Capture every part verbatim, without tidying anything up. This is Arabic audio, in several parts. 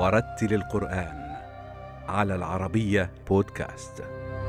ورتل القرآن على العربية بودكاست.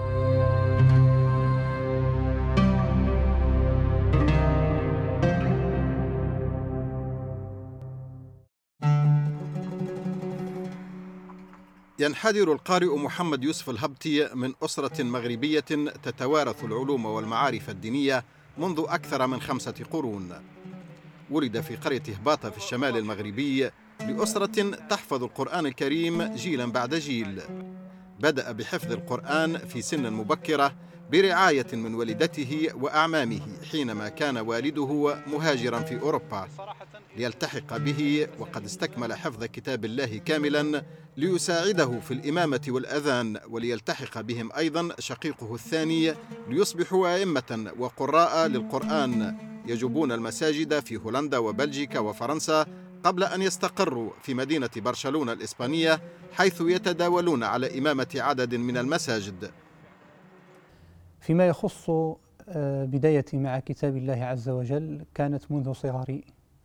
ينحدر القارئ محمد يوسف الهبتي من أسرة مغربية تتوارث العلوم والمعارف الدينية منذ أكثر من خمسة قرون. ولد في قرية هباطة في الشمال المغربي لأسرة تحفظ القرآن الكريم جيلا بعد جيل. بدأ بحفظ القرآن في سن مبكرة برعاية من والدته وأعمامه حينما كان والده مهاجرا في أوروبا ليلتحق به، وقد استكمل حفظ كتاب الله كاملا ليساعده في الإمامة والأذان، وليلتحق بهم أيضا شقيقه الثاني ليصبحوا أئمة وقراء للقرآن يجوبون المساجد في هولندا وبلجيكا وفرنسا، قبل أن يستقروا في مدينة برشلونة الإسبانية حيث يتداولون على إمامة عدد من المساجد. فيما يخص بدايتي مع كتاب الله عز وجل كانت منذ صغري،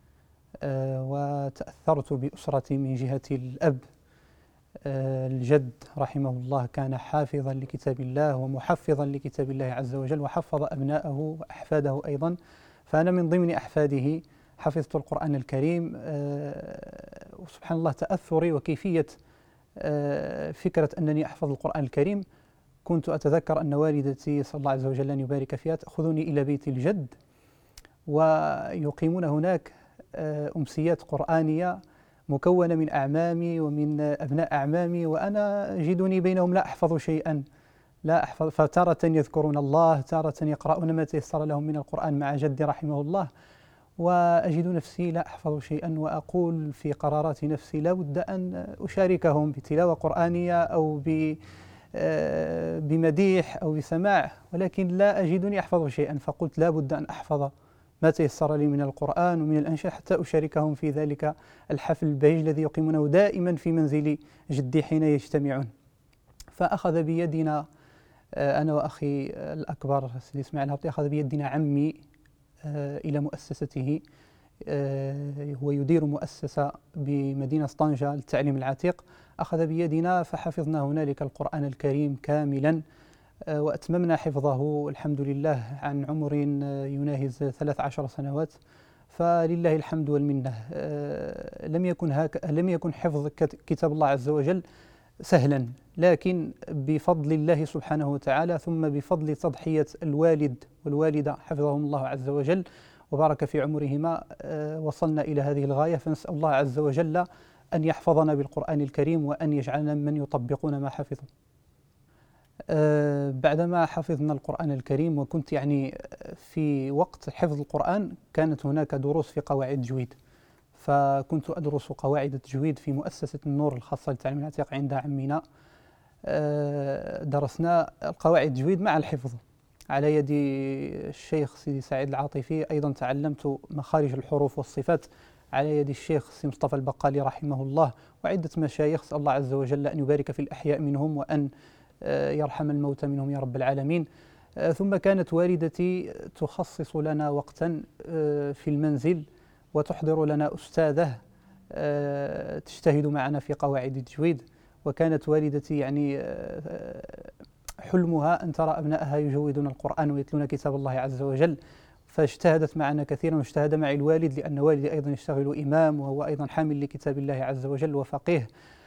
وتأثرت بأسرتي من جهة الأب. الجد رحمه الله كان حافظا لكتاب الله ومحفظا لكتاب الله عز وجل، وحفظ أبناءه وأحفاده أيضا، فأنا من ضمن أحفاده حفظت القرآن الكريم. وسبحان الله تأثري وكيفية فكرة أنني أحفظ القرآن الكريم، كنت أتذكر أن والدتي صلى الله عز وجل أن يبارك فيها تأخذني إلى بيت الجد ويقيمون هناك أمسيات قرآنية مكونة من أعمامي ومن أبناء أعمامي، وأنا أجدني بينهم لا أحفظ شيئا، لا أحفظ، فتارة يذكرون الله، تارة يقرؤون ما تيسر لهم من القرآن مع جدي رحمه الله، وأجد نفسي لا أحفظ شيئا، وأقول في قرارات نفسي لا بد أن أشاركهم بتلاوة قرآنية أو بمديح أو بسماع، ولكن لا أجدني أحفظ شيئا، فقلت لا بد أن أحفظ ما تيسر لي من القرآن ومن الأنشاء حتى أشاركهم في ذلك الحفل البهيج الذي يقيمونه دائما في منزل جدي حين يجتمعون. فأخذ بيدنا أنا وأخي الأكبر سيدي إسماعيل الهبتي، أخذ بيدنا عمي إلى مؤسسته، هو يدير مؤسسة بمدينة طنجة للتعليم العتيق، أخذ بيدنا فحفظنا هنالك القرآن الكريم كاملا، وأتممنا حفظه الحمد لله عن عمر يناهز ثلاث عشر سنوات، فلله الحمد والمنة. لم يكن هك لم يكن حفظ كتاب الله عز وجل سهلا، لكن بفضل الله سبحانه وتعالى ثم بفضل تضحية الوالد والوالدة حفظهم الله عز وجل وبارك في عمرهما وصلنا إلى هذه الغاية، فنسأل الله عز وجل أن يحفظنا بالقرآن الكريم وأن يجعلنا من يطبقون ما حفظوا. أه بعدما حفظنا القرآن الكريم، وكنت يعني في وقت حفظ القرآن كانت هناك دروس في قواعد التجويد، فكنت أدرس قواعد التجويد في مؤسسة النور الخاصة للتعليم العتيق عند عمنا. أه درسنا القواعد التجويد مع الحفظ على يد الشيخ سيدي سعيد العاطفي، أيضا تعلمت مخارج الحروف والصفات على يد الشيخ سي مصطفى البقالي رحمه الله، وعدة مشايخ، سأل الله عز وجل أن يبارك في الأحياء منهم وأن يرحم الموتى منهم يا رب العالمين. ثم كانت والدتي تخصص لنا وقتا في المنزل وتحضر لنا أستاذة تجتهد معنا في قواعد التجويد، وكانت والدتي يعني حلمها أن ترى أبنائها يجودون القرآن ويتلون كتاب الله عز وجل، فاجتهدت معنا كثيرا واجتهد معي الوالد، لأن والدي أيضا يشتغل إمام وهو أيضا حامل لكتاب الله عز وجل وفقيه،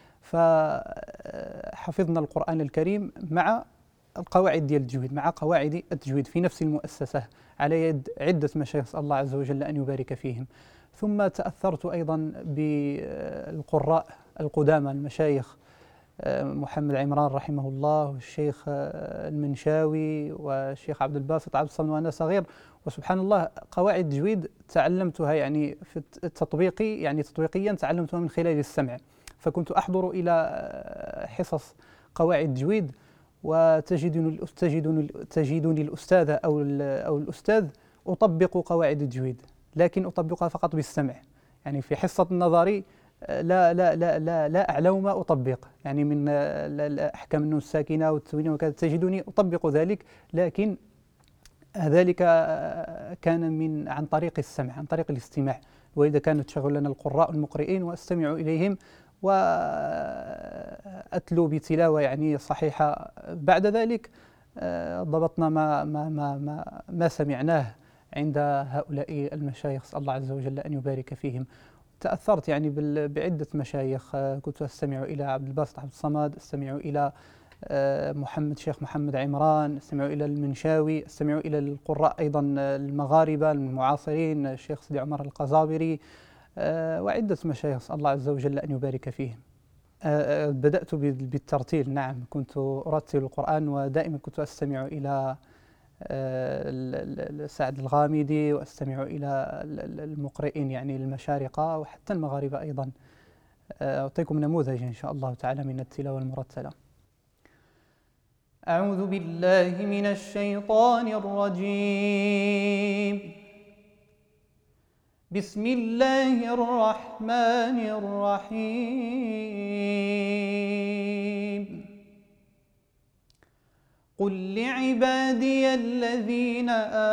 فحفظنا القرآن الكريم مع القواعد ديال التجويد، مع قواعد التجويد في نفس المؤسسة على يد عدة مشايخ الله عز وجل أن يبارك فيهم. ثم تأثرت أيضا بالقراء القدامى المشايخ محمد عمران رحمه الله والشيخ المنشاوي والشيخ عبد الباسط عبد الصمد وأنا صغير، وسبحان الله قواعد التجويد تعلمتها يعني في التطبيقي، يعني تطبيقيا تعلمتها من خلال السمع، فكنت أحضر إلى حصص قواعد التجويد وتجدني تجدني تجدني الأستاذة أو أو الأستاذ أطبق قواعد التجويد، لكن أطبقها فقط بالسمع، يعني في حصة النظري لا لا لا لا لا أعلم ما أطبق، يعني من أحكام النون الساكنة والتنوين وكذا تجدني أطبق ذلك، لكن ذلك كان من عن طريق السمع، عن طريق الاستماع. الوالدة كانت تشغل لنا القراء المقرئين واستمع إليهم وأتلو بتلاوة يعني صحيحة. بعد ذلك ضبطنا ما ما ما ما, ما سمعناه عند هؤلاء المشايخ، أسأل الله عز وجل أن يبارك فيهم. تأثرت يعني بعدة مشايخ، كنت أستمع إلى عبد الباسط عبد الصمد، أستمع إلى محمد شيخ محمد عمران، أستمع إلى المنشاوي، أستمع إلى القراء أيضا المغاربة المعاصرين، الشيخ سيدي عمر القزابري وعدة مشايخ، أسأل الله عز وجل أن يبارك فيهم. بدأت بالترتيل، نعم كنت أرتل القرآن، ودائما كنت أستمع إلى سعد الغامدي، وأستمع إلى المقرئين يعني المشارقة وحتى المغاربة أيضا. أعطيكم نموذج إن شاء الله تعالى من التلاوة المرتلة. أعوذ بالله من الشيطان الرجيم. بسم الله الرحمن الرحيم. قل لعبادي الذين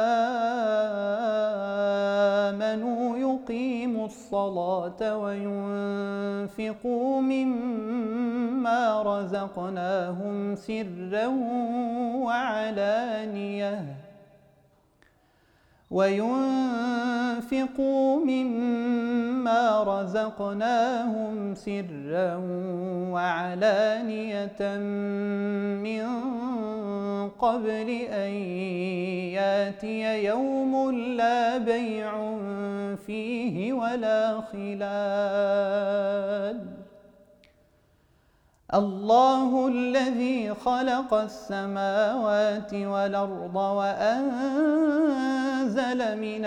آمنوا يقيموا الصلاة وينفقوا مما رزقناهم سرا وعلانية وينفقوا مما رزقناهم سرا وعلانية من قبل أن ياتي يوم لا بيع فيه ولا خلال. الله الذي خلق السماوات والأرض وأنزل من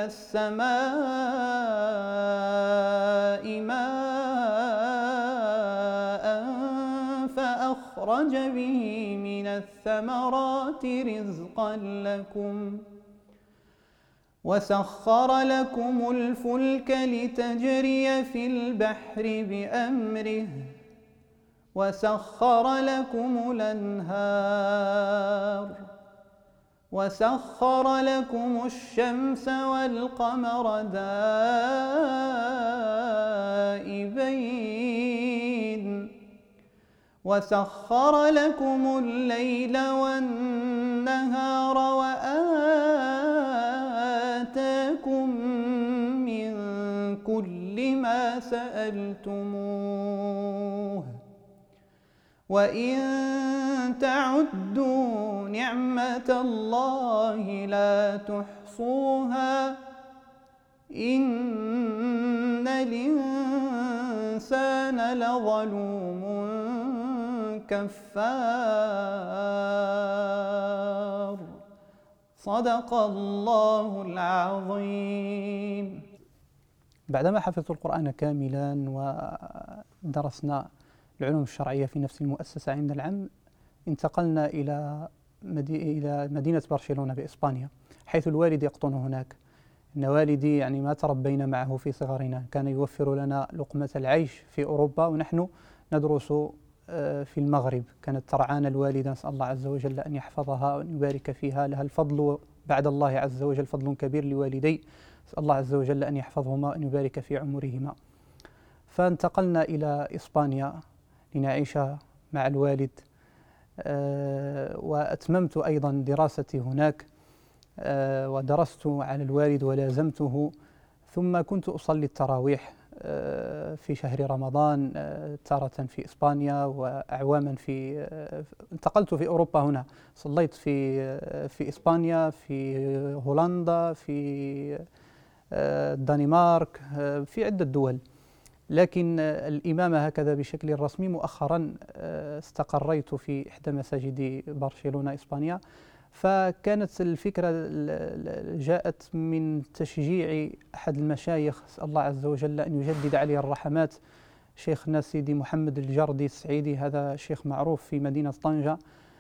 السماء ماء فأخرج به من الثمرات رزقا لكم وسخر لكم الفلك لتجري في البحر بأمره وسخر لكم الأنهار وسخر لكم الشمس والقمر دائبين وسخر لكم الليل والنهار وآتاكم من كل ما سألتموه وإن تعدوا نعمة الله لا تحصوها إن الإنسان لظلوم كفار. صدق الله العظيم. بعدما حفظت القرآن كاملا ودرسنا العلوم الشرعية في نفس المؤسسة عند العم، انتقلنا إلى إلى مدينة برشلونة بإسبانيا، حيث الوالد يقطن هناك. إن والدي يعني ما تربينا معه في صغرنا، كان يوفر لنا لقمة العيش في أوروبا ونحن ندرس في المغرب. كانت ترعانا الوالدة، نسأل الله عز وجل أن يحفظها وأن يبارك فيها، لها الفضل بعد الله عز وجل، فضل كبير لوالدي، نسأل الله عز وجل أن يحفظهما وأن يبارك في عمرهما. فانتقلنا إلى إسبانيا لنعيش مع الوالد، أه وأتممت أيضا دراستي هناك، أه ودرست على الوالد ولازمته. ثم كنت أصلي التراويح أه في شهر رمضان، أه تارة في إسبانيا وأعواما في أه انتقلت في أوروبا. هنا صليت في أه في إسبانيا، في هولندا، في أه الدنمارك، أه في عدة دول. لكن الإمامة هكذا بشكل رسمي مؤخرا استقريت في إحدى مساجد برشلونة إسبانيا. فكانت الفكرة جاءت من تشجيع أحد المشايخ، أسأل الله عز وجل أن يجدد عليه الرحمات، شيخنا سيدي محمد الجردي السعيدي، هذا شيخ معروف في مدينة طنجة.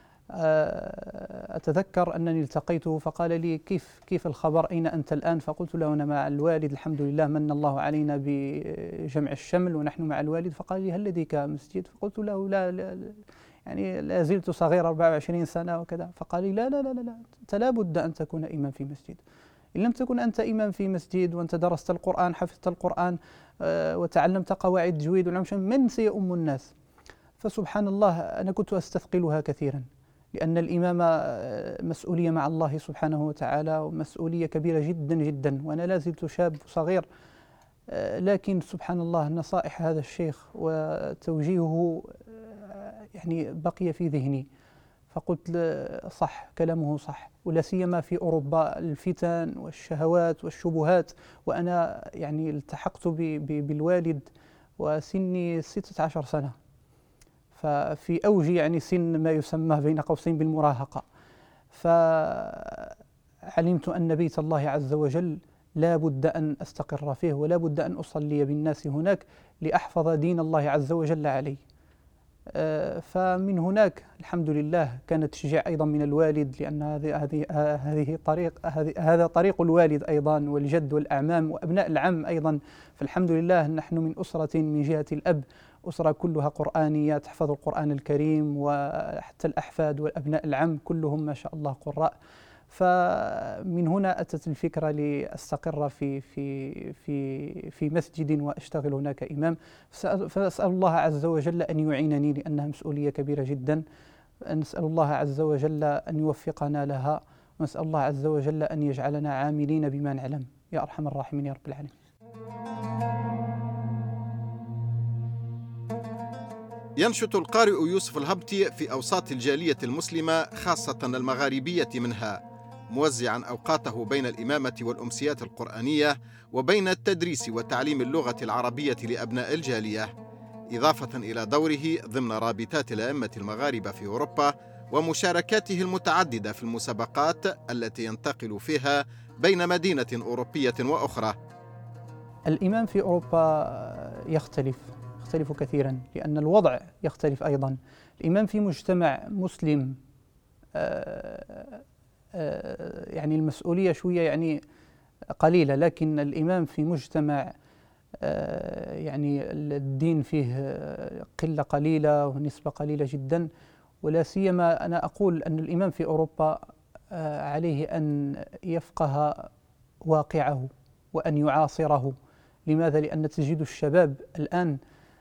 أتذكر أنني التقيته فقال لي كيف كيف الخبر، أين أنت الآن؟ فقلت له أنا مع الوالد الحمد لله، من الله علينا بجمع الشمل ونحن مع الوالد. فقال لي هل لديك مسجد؟ فقلت له لا, لا يعني لا زلت صغير أربع وعشرين سنة وكذا. فقال لي لا لا لا لا أنت لا بد أن تكون إمام في مسجد. إن لم تكن أنت إمام في مسجد وأنت درست القرآن، حفظت القرآن وتعلمت قواعد تجويد من سيؤم الناس؟ فسبحان الله أنا كنت أستثقلها كثيرا، لأن الإمامة مسؤولية مع الله سبحانه وتعالى، ومسؤولية كبيرة جدا جدا، وأنا لا زلت شاب صغير، لكن سبحان الله نصائح هذا الشيخ وتوجيهه يعني بقي في ذهني، فقلت صح، كلامه صح، ولا سيما في أوروبا الفتن والشهوات والشبهات، وأنا يعني التحقت بالوالد وسني ستة عشر سنة، ففي أوج يعني سن ما يسمى بين قوسين بالمراهقة، فعلمت أن بيت الله عز وجل لا بد أن أستقر فيه، ولا بد أن أصلي بالناس هناك لأحفظ دين الله عز وجل عليه. فمن هناك الحمد لله كانت تشجيع أيضا من الوالد، لأن هذه هذه هذه طريق هذا طريق الوالد أيضا، والجد والأعمام وأبناء العم أيضا. فالحمد لله نحن من أسرة من جهة الأب أسرة كلها قرآنية تحفظ القرآن الكريم، وحتى الأحفاد والأبناء العم كلهم ما شاء الله قراء. فمن هنا أتت الفكرة لأستقر في في في في مسجد وأشتغل هناك إمام. فأسأل الله عز وجل أن يعينني، لأنها مسؤولية كبيرة جدا. نسأل الله عز وجل أن يوفقنا لها، ونسأل الله عز وجل أن يجعلنا عاملين بما نعلم يا أرحم الراحمين يا رب العالمين. ينشط القارئ يوسف الهبتي في أوساط الجالية المسلمة خاصة المغاربية منها، موزعا أوقاته بين الإمامة والأمسيات القرآنية وبين التدريس وتعليم اللغة العربية لأبناء الجالية، إضافة إلى دوره ضمن رابطات الأئمة المغاربة في أوروبا ومشاركاته المتعددة في المسابقات التي ينتقل فيها بين مدينة أوروبية وأخرى. الإمام في أوروبا يختلف يختلف كثيرا، لأن الوضع يختلف أيضا. الإمام في مجتمع مسلم آآ آآ يعني المسؤولية شوية يعني قليلة، لكن الإمام في مجتمع يعني الدين فيه قلة قليلة ونسبة قليلة جدا، ولا سيما أنا أقول أن الإمام في أوروبا عليه أن يفقه واقعه وأن يعاصره. لماذا؟ لأن تجد الشباب الآن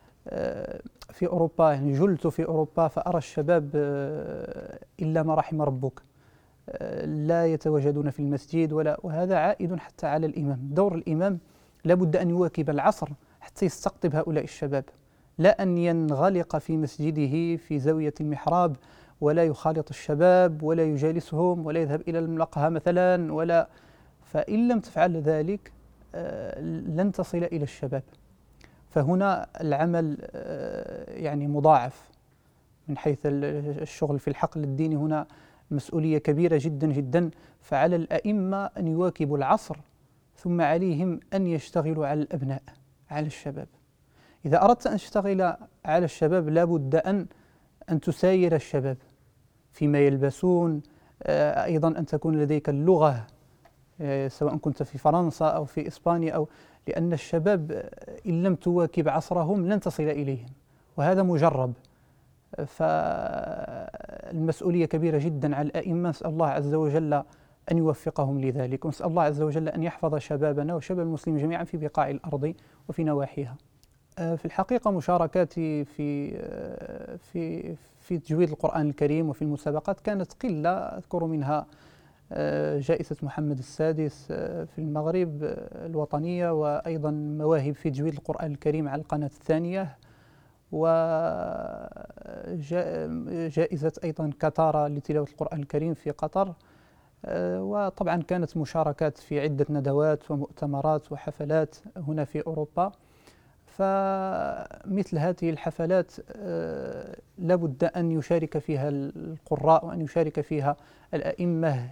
في أوروبا، يعني جلت في أوروبا فأرى الشباب إلا ما رحم ربك لا يتواجدون في المسجد، ولا وهذا عائد حتى على الإمام. دور الإمام لابد أن يواكب العصر حتى يستقطب هؤلاء الشباب، لا أن ينغلق في مسجده في زاوية المحراب ولا يخالط الشباب ولا يجالسهم ولا يذهب إلى المقهى مثلا، ولا فإن لم تفعل ذلك لن تصل إلى الشباب. فهنا العمل يعني مضاعف من حيث الشغل في الحقل الديني، هنا مسؤولية كبيرة جدا جدا. فعلى الأئمة أن يواكبوا العصر، ثم عليهم أن يشتغلوا على الأبناء، على الشباب. إذا أردت أن تشتغل على الشباب لابد أن أن تساير الشباب فيما يلبسون، أيضا أن تكون لديك اللغة سواء كنت في فرنسا أو في إسبانيا، أو لأن الشباب إن لم تواكب عصرهم لن تصل إليهم، وهذا مجرب. فالمسؤولية كبيرة جدا على الأئمة، نسأل الله عز وجل أن يوفقهم لذلك، ونسأل الله عز وجل أن يحفظ شبابنا وشباب المسلمين جميعا في بقاع الأرض وفي نواحيها. في الحقيقة مشاركاتي في في في تجويد القرآن الكريم وفي المسابقات كانت قلة، أذكر منها جائزة محمد السادس في المغرب الوطنية، وأيضا مواهب في تجويد القرآن الكريم على القناة الثانية، وجائزة أيضا كتارا لتلاوة القرآن الكريم في قطر. وطبعا كانت مشاركات في عدة ندوات ومؤتمرات وحفلات هنا في أوروبا. فمثل هذه الحفلات لابد أن يشارك فيها القراء وأن يشارك فيها الأئمة،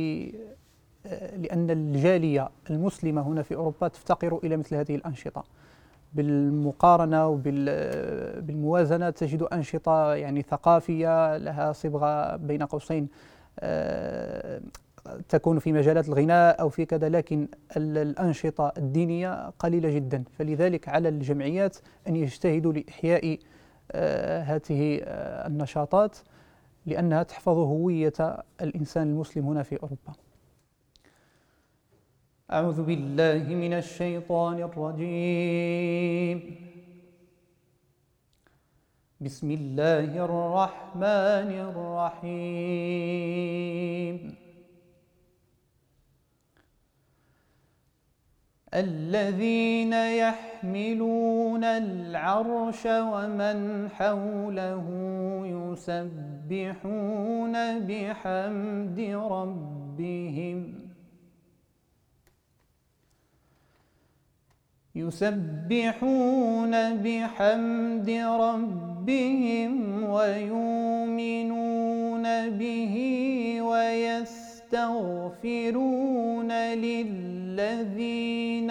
لأن الجالية المسلمة هنا في أوروبا تفتقر إلى مثل هذه الأنشطة. بالمقارنة وبالموازنة تجد أنشطة يعني ثقافية لها صبغة بين قوسين تكون في مجالات الغناء أو في كذا، لكن الأنشطة الدينية قليلة جدا. فلذلك على الجمعيات أن يجتهدوا لإحياء هذه النشاطات، لأنها تحفظ هوية الإنسان المسلم هنا في أوروبا. أعوذ بالله من الشيطان الرجيم. بسم الله الرحمن الرحيم. الذين يحملون العرش ومن حوله يسبحون بحمد ربهم يسبحون بحمد ربهم ويؤمنون به ويستغفرون للذين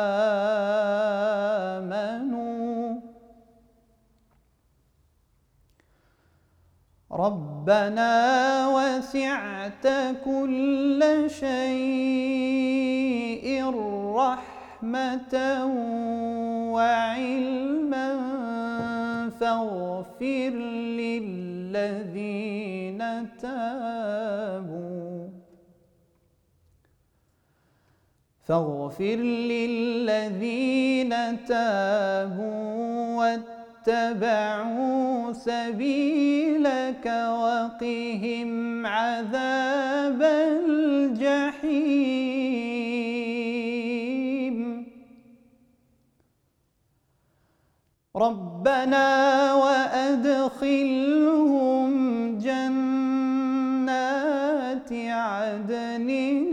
آمنوا ربنا وسعت كل شيء رحمة وعلما فاغفر للذين تابوا فاغفر للذين تابوا واتبعوا سبيلك وقهم عذاب الجحيم ربنا وأدخلهم جنات عدن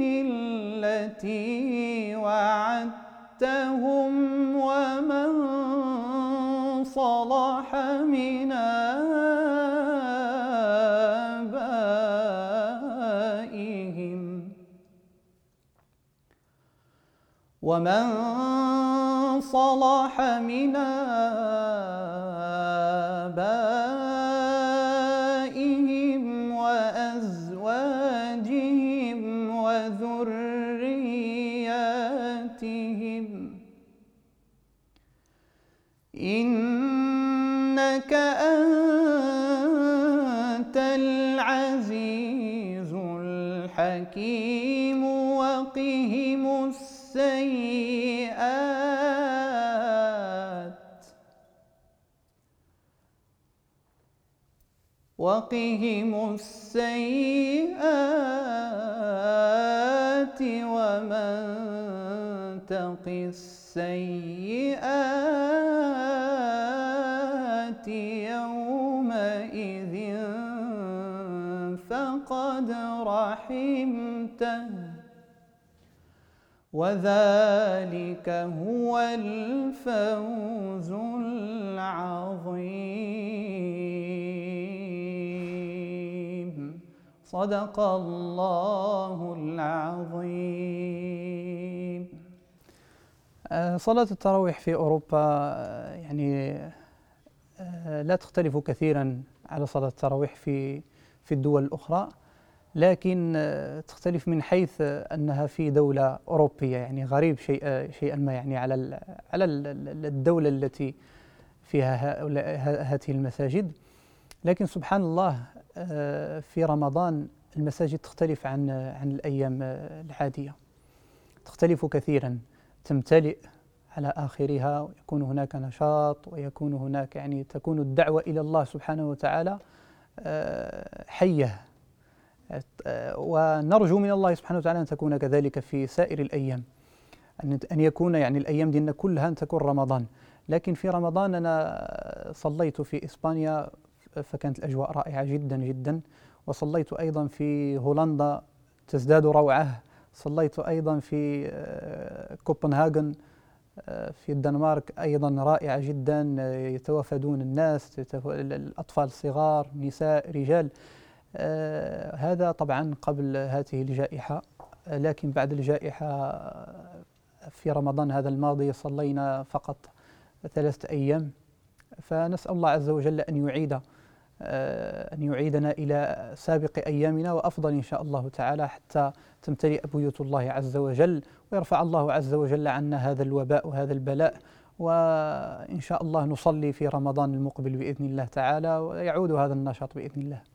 التي وعدتهم ومن صلح من آبائهم ومن صلح من آبائهم وأزواجهم وذرياتهم إنك أنت العزيز الحكيم وقهم السيئات وقهم السيئات ومن تق السيئات يومئذ فقد رحمته وذلك هو الفوز العظيم. صدق الله العظيم. صلاة التراويح في أوروبا يعني لا تختلف كثيرا على صلاة التراويح في في الدول الأخرى، لكن تختلف من حيث أنها في دولة أوروبية. يعني غريب شيء شيئا ما يعني على على الدولة التي فيها هذه المساجد، لكن سبحان الله في رمضان المساجد تختلف عن عن الأيام العادية، تختلف كثيرا، تمتلئ على آخرها ويكون هناك نشاط ويكون هناك يعني تكون الدعوة إلى الله سبحانه وتعالى حية، ونرجو من الله سبحانه وتعالى أن تكون كذلك في سائر الأيام، أن يكون يعني الأيام ديالنا كلها أن تكون رمضان. لكن في رمضان أنا صليت في إسبانيا فكانت الأجواء رائعة جدا جدا، وصليت أيضا في هولندا تزداد روعة، صليت أيضا في كوبنهاغن في الدنمارك أيضا رائعة جدا، يتوافدون الناس، الأطفال الصغار، نساء، رجال. آه هذا طبعا قبل هذه الجائحة، لكن بعد الجائحة في رمضان هذا الماضي صلينا فقط ثلاثة أيام، فنسأل الله عز وجل أن يعيد أن يعيدنا إلى سابق أيامنا وأفضل إن شاء الله تعالى، حتى تمتلئ بيوت الله عز وجل ويرفع الله عز وجل عنا هذا الوباء وهذا البلاء، وإن شاء الله نصلي في رمضان المقبل بإذن الله تعالى ويعود هذا النشاط بإذن الله.